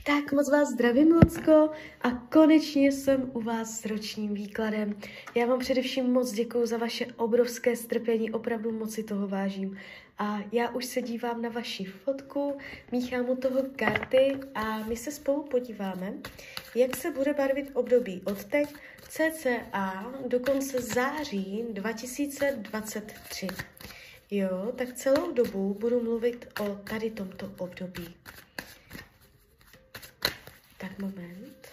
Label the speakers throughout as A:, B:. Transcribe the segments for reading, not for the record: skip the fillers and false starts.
A: Tak moc vás zdravím, Lucko, a konečně jsem u vás s ročním výkladem. Já vám především moc děkuju za vaše obrovské strpení, opravdu moc si toho vážím. A já už se dívám na vaši fotku, míchám u toho karty a my se spolu podíváme, jak se bude barvit období od teď cca do konce září 2023. Jo, tak celou dobu budu mluvit o tady tomto období. Tak moment.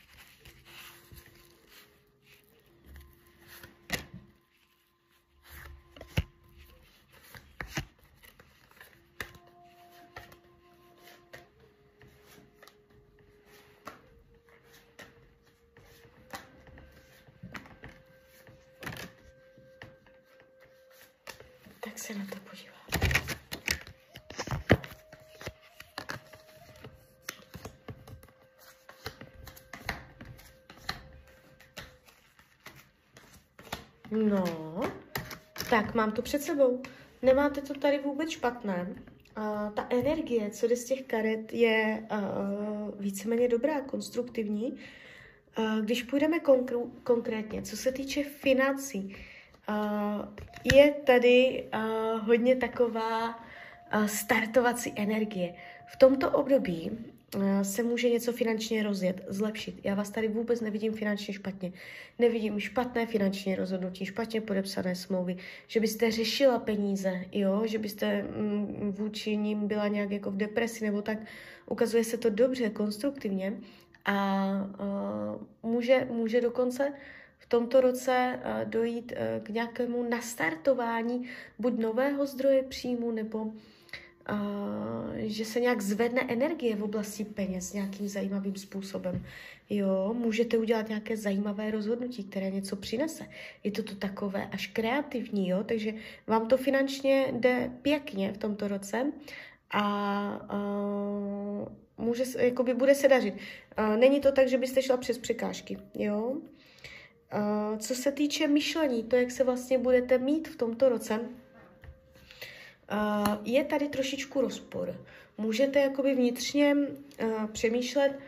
A: Tak se na to podívám. No, tak mám to před sebou. Nemáte to tady vůbec špatné. Ta energie, co jde z těch karet, je víceméně dobrá, konstruktivní. Když půjdeme konkrétně, co se týče financí, je tady hodně taková startovací energie. V tomto období se může něco finančně rozjet, zlepšit. Já vás tady vůbec nevidím finančně špatně. Nevidím špatné finanční rozhodnutí, špatně podepsané smlouvy, že byste řešila peníze, jo? Že byste vůči ním byla nějak jako v depresi nebo tak. Ukazuje se to dobře, konstruktivně a může dokonce v tomto roce dojít k nějakému nastartování buď nového zdroje příjmu, nebo že se nějak zvedne energie v oblasti peněz nějakým zajímavým způsobem. Jo, můžete udělat nějaké zajímavé rozhodnutí, které něco přinese. Je to takové až kreativní, jo, takže vám to finančně jde pěkně v tomto roce a bude se dařit. Není to tak, že byste šla přes překážky, jo. Co se týče myšlení, to, jak se vlastně budete mít v tomto roce, je tady trošičku rozpor. Můžete jakoby vnitřně přemýšlet,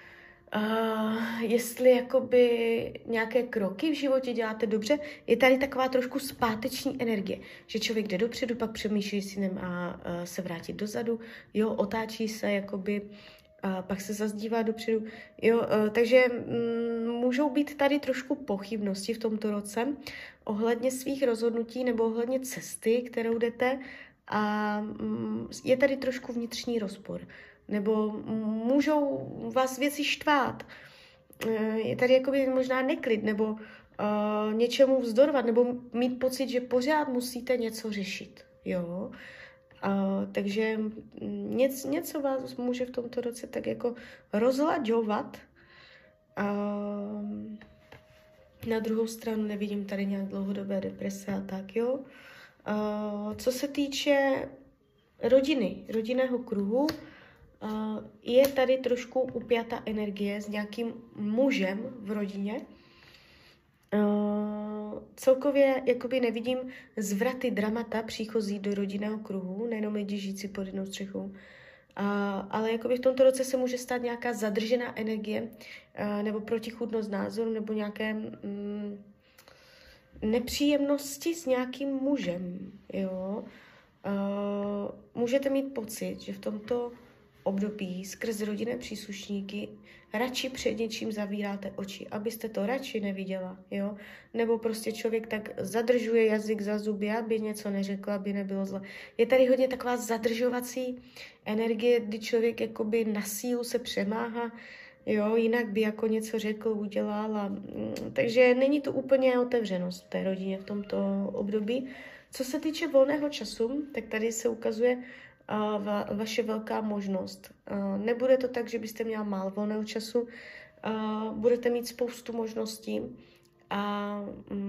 A: jestli jakoby nějaké kroky v životě děláte dobře. Je tady taková trošku zpáteční energie, že člověk jde dopředu, pak přemýšlí, jestli nemá se vrátit dozadu, jo, otáčí se jakoby, pak se zazdívá dopředu, jo, takže můžou být tady trošku pochybnosti v tomto roce ohledně svých rozhodnutí nebo ohledně cesty, kterou jdete, a je tady trošku vnitřní rozpor, nebo můžou vás věci štvát, je tady jakoby možná neklid, nebo něčemu vzdorovat, nebo mít pocit, že pořád musíte něco řešit, jo. Takže něco vás může v tomto roce tak jako rozlaďovat. Na druhou stranu nevidím tady nějak dlouhodobé deprese a tak, jo. Co se týče rodinného kruhu, je tady trošku upjatá energie s nějakým mužem v rodině. Celkově jakoby nevidím zvraty dramata příchozí do rodinného kruhu, nejenom lidi žijící pod jednou střechou, ale jakoby v tomto roce se může stát nějaká zadržená energie nebo protichůdnost názoru nebo nějaké nepříjemnosti s nějakým mužem, jo. Můžete mít pocit, že v tomto období skrz rodinné příslušníky radši před něčím zavíráte oči, abyste to radši neviděla, jo? Nebo prostě člověk tak zadržuje jazyk za zuby, aby něco neřekl, aby nebylo zle. Je tady hodně taková zadržovací energie, kdy člověk jakoby na sílu se přemáhá, jo? Jinak by jako něco řekl, udělal. Takže není to úplně otevřenost v té rodině v tomto období. Co se týče volného času, tak tady se ukazuje vaše velká možnost. Nebude to tak, že byste měla málo volného času, budete mít spoustu možností a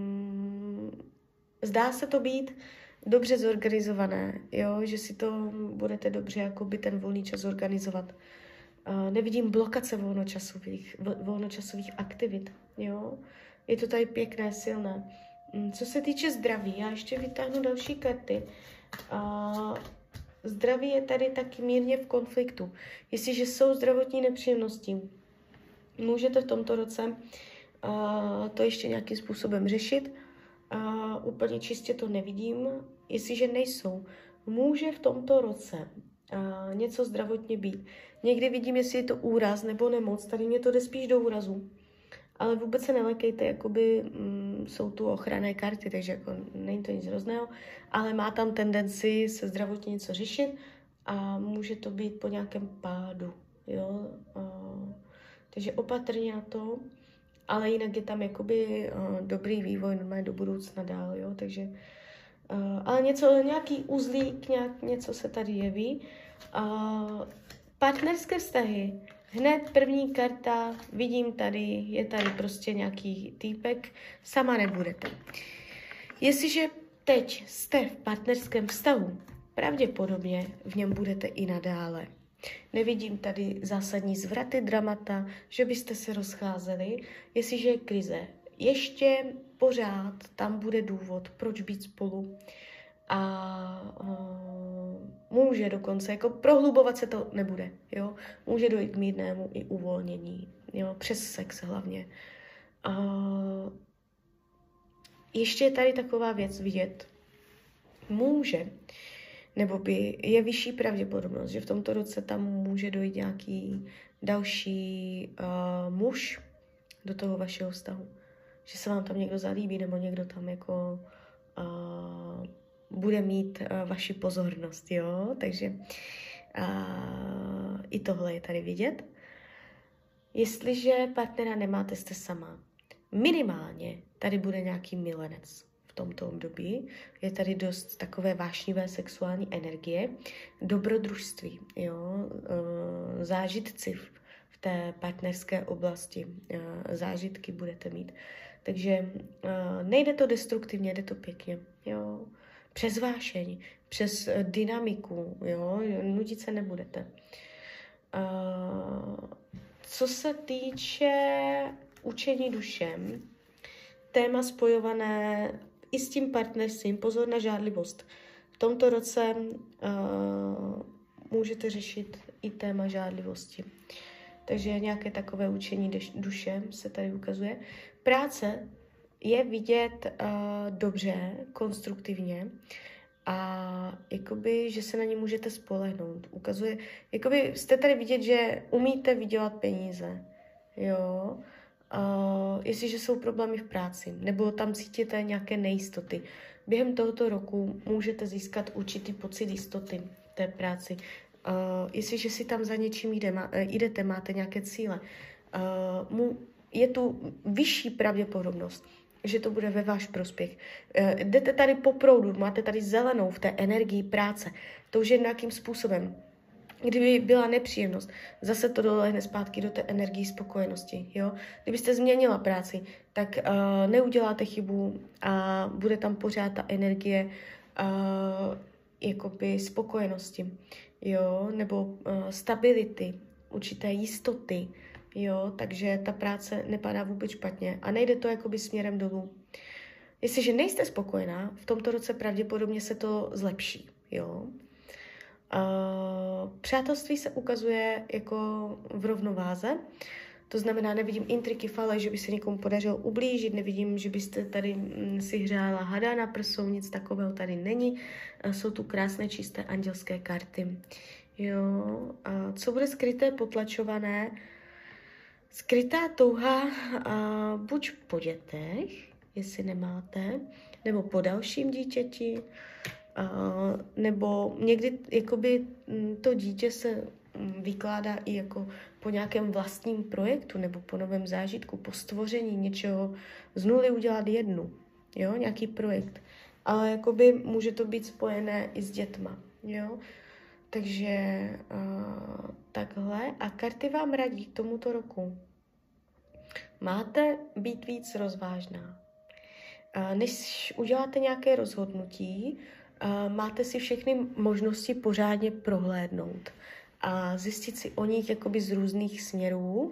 A: zdá se to být dobře zorganizované, jo? Že si to budete dobře jakoby ten volný čas organizovat. Nevidím blokace volnočasových aktivit, jo? Je to tady pěkné, silné. Co se týče zdraví, já ještě vytáhnu další karty. Zdraví je tady taky mírně v konfliktu. Jestliže jsou zdravotní nepříjemnosti, můžete v tomto roce to ještě nějakým způsobem řešit. Úplně čistě to nevidím. Jestliže nejsou, může v tomto roce něco zdravotně být. Někdy vidím, jestli je to úraz nebo nemoc. Tady mě to jde spíš do úrazu. Ale vůbec se nelekejte, jakoby jsou tu ochranné karty, takže jako není to nic hrozného, ale má tam tendenci se zdravotně něco řešit a může to být po nějakém pádu, jo. Takže opatrně na to, ale jinak je tam jakoby dobrý vývoj normálně do budoucna dál, jo, takže ale nějaký uzlík, něco se tady jeví. Partnerské vztahy. Hned první karta, vidím tady, je tady prostě nějaký týpek, sama nebudete. Jestliže teď jste v partnerském vztahu, pravděpodobně v něm budete i nadále. Nevidím tady zásadní zvraty, dramata, že byste se rozcházeli. Jestliže je krize, ještě pořád tam bude důvod, proč být spolu. Může dokonce, jako prohlubovat se to nebude, jo. Může dojít k mírnému i uvolnění, jo, přes sex hlavně. Ještě je tady taková věc vidět. Může, nebo je vyšší pravděpodobnost, že v tomto roce tam může dojít nějaký další muž do toho vašeho vztahu. Že se vám tam někdo zalíbí, nebo někdo tam jako bude mít vaši pozornost, jo, takže i tohle je tady vidět. Jestliže partnera nemáte, jste sama. Minimálně tady bude nějaký milenec v tomto období. Je tady dost takové vášnivé sexuální energie, dobrodružství, jo, zážitci v té partnerské oblasti, zážitky budete mít. Takže nejde to destruktivně, jde to pěkně, jo. Přes vášeň, přes dynamiku, jo, nudit se nebudete. Co se týče učení dušem, téma spojované i s tím partnerstvím, pozor na žádlivost. V tomto roce můžete řešit i téma žádlivosti. Takže nějaké takové učení duše se tady ukazuje. Práce je vidět dobře, konstruktivně a jakoby, že se na ně můžete spolehnout. Ukazuje, jakoby jste tady vidět, že umíte vydělat peníze, jo. Jestliže jsou problémy v práci, nebo tam cítíte nějaké nejistoty, během tohoto roku můžete získat určitý pocit jistoty v té práci. Jestliže si tam za něčím jdete, máte nějaké cíle, je tu vyšší pravděpodobnost, že to bude ve váš prospěch. Jdete tady po proudu, máte tady zelenou v té energii práce. To už je nějakým způsobem. Kdyby byla nepříjemnost, zase to dolehne zpátky do té energii spokojenosti. Jo? Kdybyste změnila práci, tak neuděláte chybu a bude tam pořád ta energie jakoby spokojenosti, jo? Nebo stability, určité jistoty. Jo, takže ta práce nepadá vůbec špatně a nejde to jakoby směrem dolů. Jestliže nejste spokojená, v tomto roce pravděpodobně se to zlepší. Jo. Přátelství se ukazuje jako v rovnováze, to znamená, nevidím intriky, fale, že by se někomu podařilo ublížit, nevidím, že byste tady si hřála hada na prsou, nic takového tady není. Jsou tu krásné, čisté andělské karty. Jo. Co bude skryté, potlačované? Skrytá touha buď po dětech, jestli nemáte, nebo po dalším dítěti, nebo někdy jakoby to dítě se vykládá i jako po nějakém vlastním projektu nebo po novém zážitku, po stvoření něčeho, z nuly udělat jednu, jo, nějaký projekt. Ale jakoby může to být spojené i s dětma, jo. Takže takhle. A karty vám radí k tomuto roku. Máte být víc rozvážná. Než uděláte nějaké rozhodnutí, máte si všechny možnosti pořádně prohlédnout a zjistit si o nich jakoby z různých směrů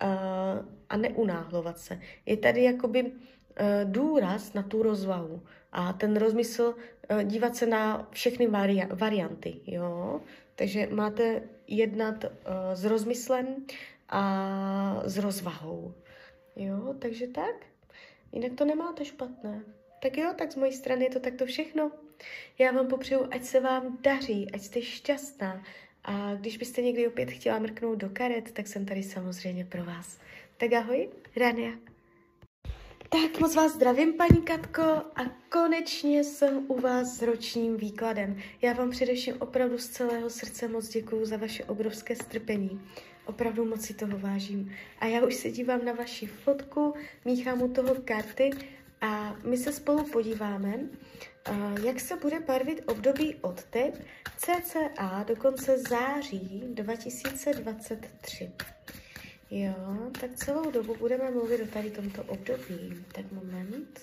A: a neunáhlovat se. Je tady jakoby důraz na tu rozvahu. A ten rozmysl, dívat se na všechny varianty, jo. Takže máte jednat s rozmyslem a s rozvahou, jo. Takže tak, jinak to nemáte špatné. Tak jo, tak z mojí strany je to takto všechno. Já vám popřeju, ať se vám daří, ať jste šťastná. A když byste někdy opět chtěla mrknout do karet, tak jsem tady samozřejmě pro vás. Tak ahoj, Rania. Tak moc vás zdravím, paní Katko, a konečně jsem u vás s ročním výkladem. Já vám především opravdu z celého srdce moc děkuju za vaše obrovské strpení. Opravdu moc si toho vážím. A já už se dívám na vaši fotku, míchám u toho karty a my se spolu podíváme, jak se bude barvit období od teď cca do konce září 2023. Jo, tak celou dobu budeme mluvit o tady tomto období. Tak moment.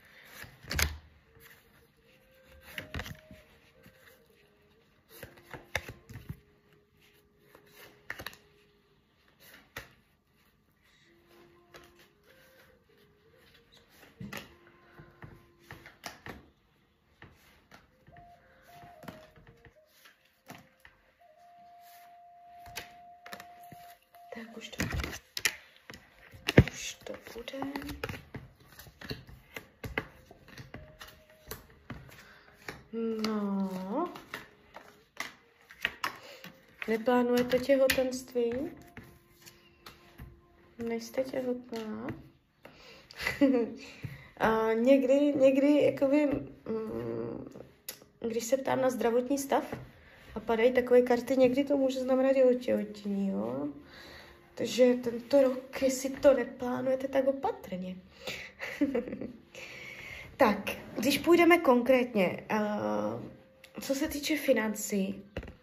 A: Tak už to bude. Už to bude. No. Neplánujete těhotenství? Nejste těhotná? A někdy jakoby, když se ptám na zdravotní stav a padají takové karty, někdy to může znamenat i otěhotnění, jo? Takže tento rok, jestli to neplánujete, tak opatrně. Tak, když půjdeme konkrétně, co se týče financí,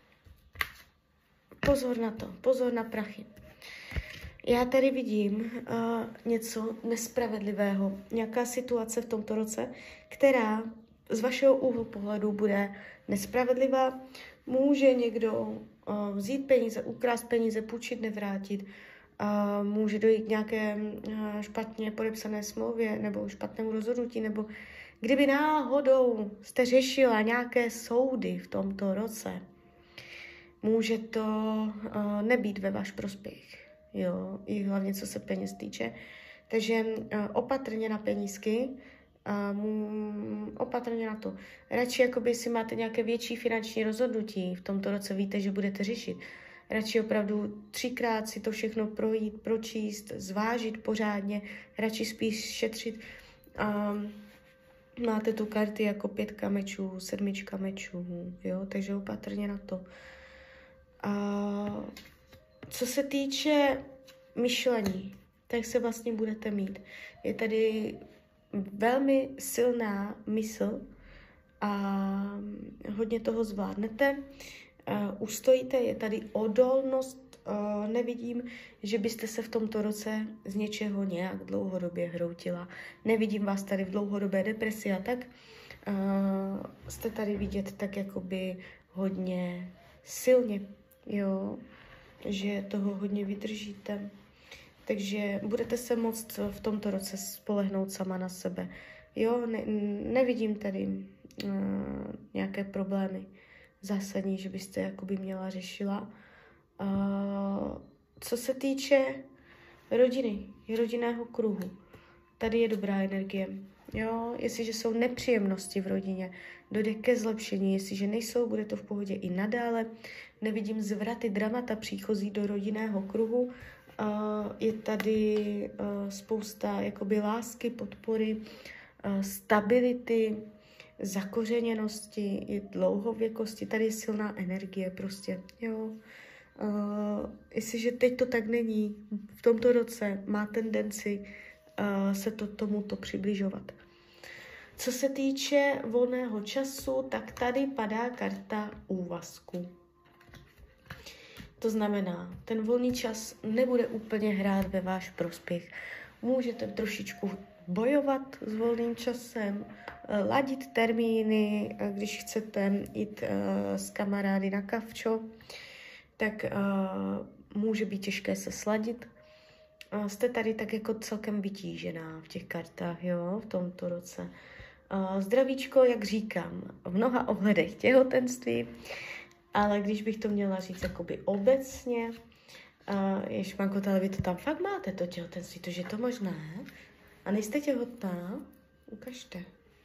A: pozor na to, pozor na prachy. Já tady vidím něco nespravedlivého, nějaká situace v tomto roce, která z vašeho úhlu pohledu bude nespravedlivá. Může někdo vzít peníze, ukrást peníze, půjčit, nevrátit. Může dojít k nějaké špatně podepsané smlouvě nebo špatnému rozhodnutí, nebo kdyby náhodou jste řešila nějaké soudy v tomto roce, může to nebýt ve váš prospěch. Jo, i hlavně co se peněz týče. Takže opatrně na penízky, opatrně na to. Radši, jakoby si máte nějaké větší finanční rozhodnutí v tomto roce, víte, že budete řešit. Radši opravdu 3krát si to všechno projít, pročíst, zvážit pořádně, radši spíš šetřit. Máte tu karty jako 5 mečů, 7 mečů, jo, takže opatrně na to. Co se týče myšlení, tak se vlastně budete mít. Je tady velmi silná mysl a hodně toho zvládnete. Ustojíte, je tady odolnost, nevidím, že byste se v tomto roce z něčeho nějak dlouhodobě hroutila. Nevidím vás tady v dlouhodobé depresi a tak. Jste tady vidět tak jakoby hodně silně, jo, že toho hodně vydržíte. Takže budete se moct v tomto roce spolehnout sama na sebe. Jo, nevidím tady nějaké problémy zásadní, že byste jakoby měla řešila. Co se týče rodiny, rodinného kruhu, tady je dobrá energie. Jo, jestliže jsou nepříjemnosti v rodině, dojde ke zlepšení, jestliže nejsou, bude to v pohodě i nadále. Nevidím zvraty, dramata příchozí do rodinného kruhu. Je tady spousta jakoby lásky, podpory, stability, zakořeněnosti, i dlouhověkosti. Tady je silná energie prostě, jo. Jestliže teď to tak není, v tomto roce má tendenci se tomuto přibližovat. Co se týče volného času, tak tady padá karta úvazku. To znamená, ten volný čas nebude úplně hrát ve váš prospěch. Můžete trošičku bojovat s volným časem, ladit termíny, když chcete jít s kamarády na kavčo, tak může být těžké se sladit. Jste tady tak jako celkem vytížená v těch kartách, jo, v tomto roce. Zdravíčko, jak říkám, v mnoha ohledech těhotenství, ale když bych to měla říct jakoby obecně, Ježmanko, ale vy to tam fakt máte, to těhotenství, to, že to možné? A nejste těhotná? Ukažte.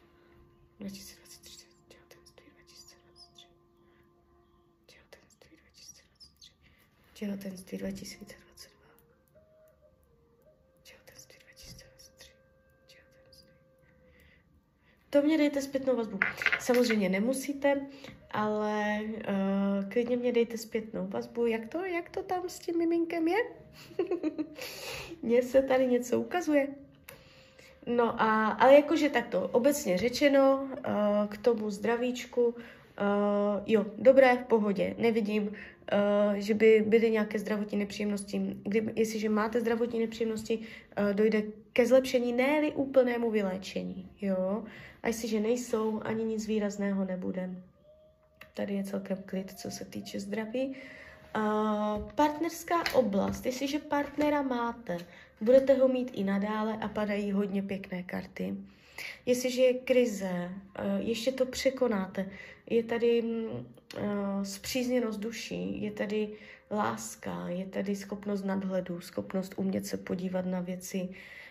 A: 2023, těhotenství 2023. Těhotenství 2023. Těhotenství 2022. Těhotenství 2023. Těhotenství. To mě dejte zpětnou vazbu. Samozřejmě nemusíte, ale klidně mě dejte zpětnou vazbu. Jak to tam s tím miminkem je? Mně se tady něco ukazuje. No ale jakože takto obecně řečeno k tomu zdravíčku, jo, dobré, v pohodě. Nevidím, že by byly nějaké zdravotní nepříjemnosti. Jestliže máte zdravotní nepříjemnosti, dojde ke zlepšení, ne-li úplnému vyléčení, jo. A jestliže nejsou, ani nic výrazného nebude. Tady je celkem klid, co se týče zdraví. Partnerská oblast, jestliže partnera máte, budete ho mít i nadále a padají hodně pěkné karty. Jestliže je krize, ještě to překonáte. Je tady spřízněnost duší, je tady láska, je tady schopnost nadhledu, schopnost umět se podívat na věci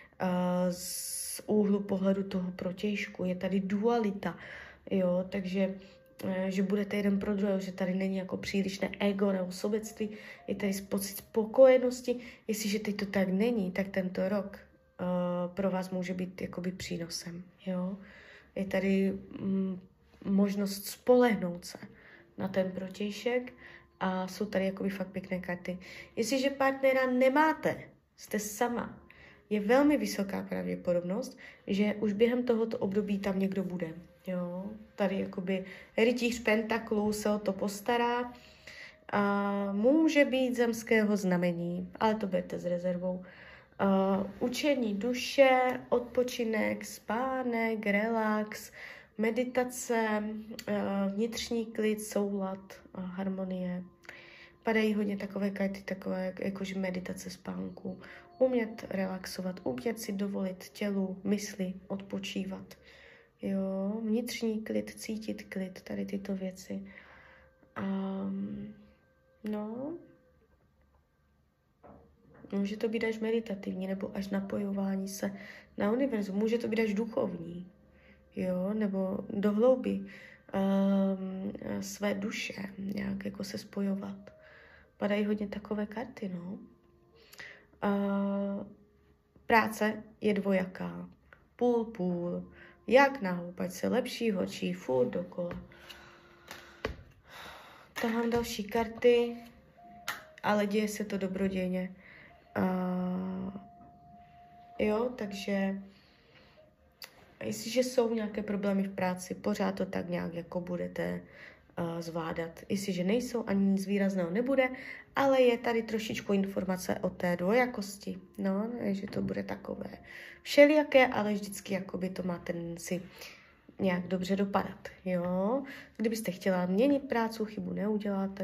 A: z úhlu pohledu toho protějšku. Je tady dualita, jo, takže že budete jeden pro druhého, že tady není jako přílišné ego nebo sobectví, je tady pocit spokojenosti. Jestliže teď to tak není, tak tento rok pro vás může být jakoby přínosem. Jo? Je tady možnost spolehnout se na ten protějšek a jsou tady jakoby fakt pěkné karty. Jestliže partnera nemáte, jste sama, je velmi vysoká pravděpodobnost, že už během tohoto období tam někdo bude. Jo, tady jakoby rytíř pentaklů se o to postará. Může být zemského znamení, ale to budete s rezervou. Učení duše, odpočinek, spánek, relax, meditace, vnitřní klid, soulad, harmonie. Padají hodně takové karty, takové jakože meditace spánku. Umět relaxovat, umět si dovolit tělu, mysli odpočívat. Jo, vnitřní klid, cítit klid, tady tyto věci. No, může to být až meditativní, nebo až napojování se na univerzum. Může to být až duchovní, jo, nebo do hlouby své duše, nějak jako se spojovat. Padají hodně takové karty, no. Práce je dvojaká, půl. Jak na houpačce, lepší, horší, furt dokola. Tahám další karty, ale děje se to dobrodějně. Jo, takže jestliže jsou nějaké problémy v práci, pořád to tak nějak jako budete zvládat. Jestliže nejsou, ani nic výrazného nebude, ale je tady trošičku informace o té dvojakosti. No, že to bude takové všelijaké, ale vždycky jakoby to má tendenci nějak dobře dopadat. Jo? Kdybyste chtěla měnit práci, chybu neuděláte.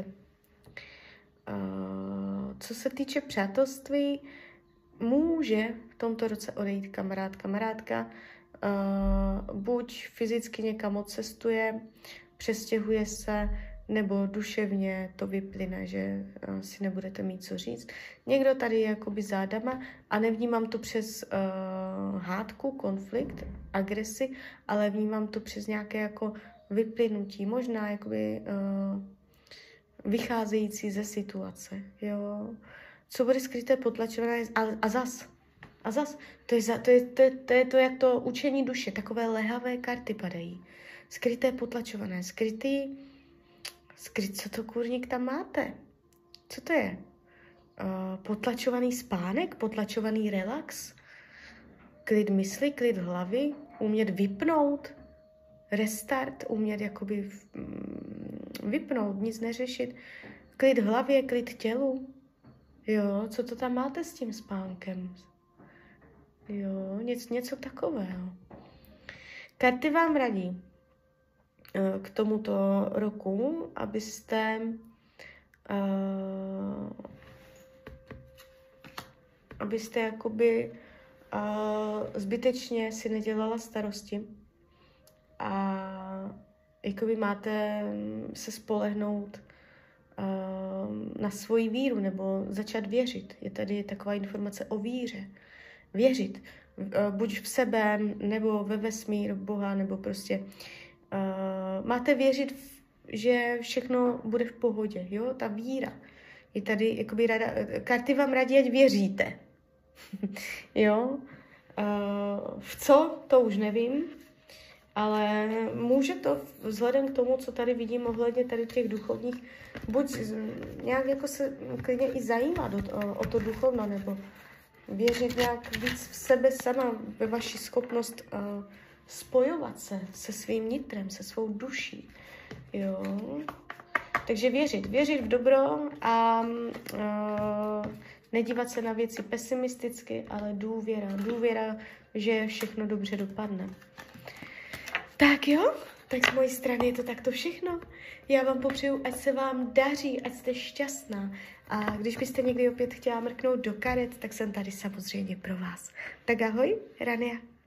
A: Co se týče přátelství, může v tomto roce odejít kamarádka, buď fyzicky někam odcestuje, přestěhuje se, nebo duševně to vyplyne, že si nebudete mít co říct. Někdo tady je jakoby zádama a nevnímám to přes hádku, konflikt, agresi, ale vnímám to přes nějaké jako vyplynutí, možná jakoby vycházející ze situace. Jo. Co bude skryté, potlačované a zas. To je to, jak to učení duše, takové lehavé karty padají. Skryté, potlačované, co to kurník tam máte? Co to je? Potlačovaný spánek, potlačovaný relax, klid mysli, klid hlavy, umět vypnout, restart, umět jakoby vypnout, nic neřešit, klid hlavě, klid tělu. Jo, co to tam máte s tím spánkem? Jo, něco takového. Karty vám radí k tomuto roku, abyste jakoby zbytečně si nedělala starosti, a jakoby máte se spolehnout na svoji víru nebo začat věřit. Je tady taková informace o víře. Věřit. Buď v sebe, nebo ve vesmír, v Boha, nebo prostě máte věřit, že všechno bude v pohodě, jo? Ta víra. Je tady jakoby karty vám radí, ať věříte. Jo? V co, to už nevím, ale může to vzhledem k tomu, co tady vidím ohledně tady těch duchovních, buď nějak jako se klidně i zajímat o to duchovno, nebo věřit nějak víc v sebe sama, ve vaši schopnost spojovat se se svým nitrem, se svou duší. Jo? Takže věřit v dobro a nedívat se na věci pesimisticky, ale důvěra, že všechno dobře dopadne. Tak jo, tak z mojí strany je to takto všechno. Já vám popřeju, ať se vám daří, ať jste šťastná. A když byste někdy opět chtěla mrknout do karet, tak jsem tady samozřejmě pro vás. Tak ahoj, Rania.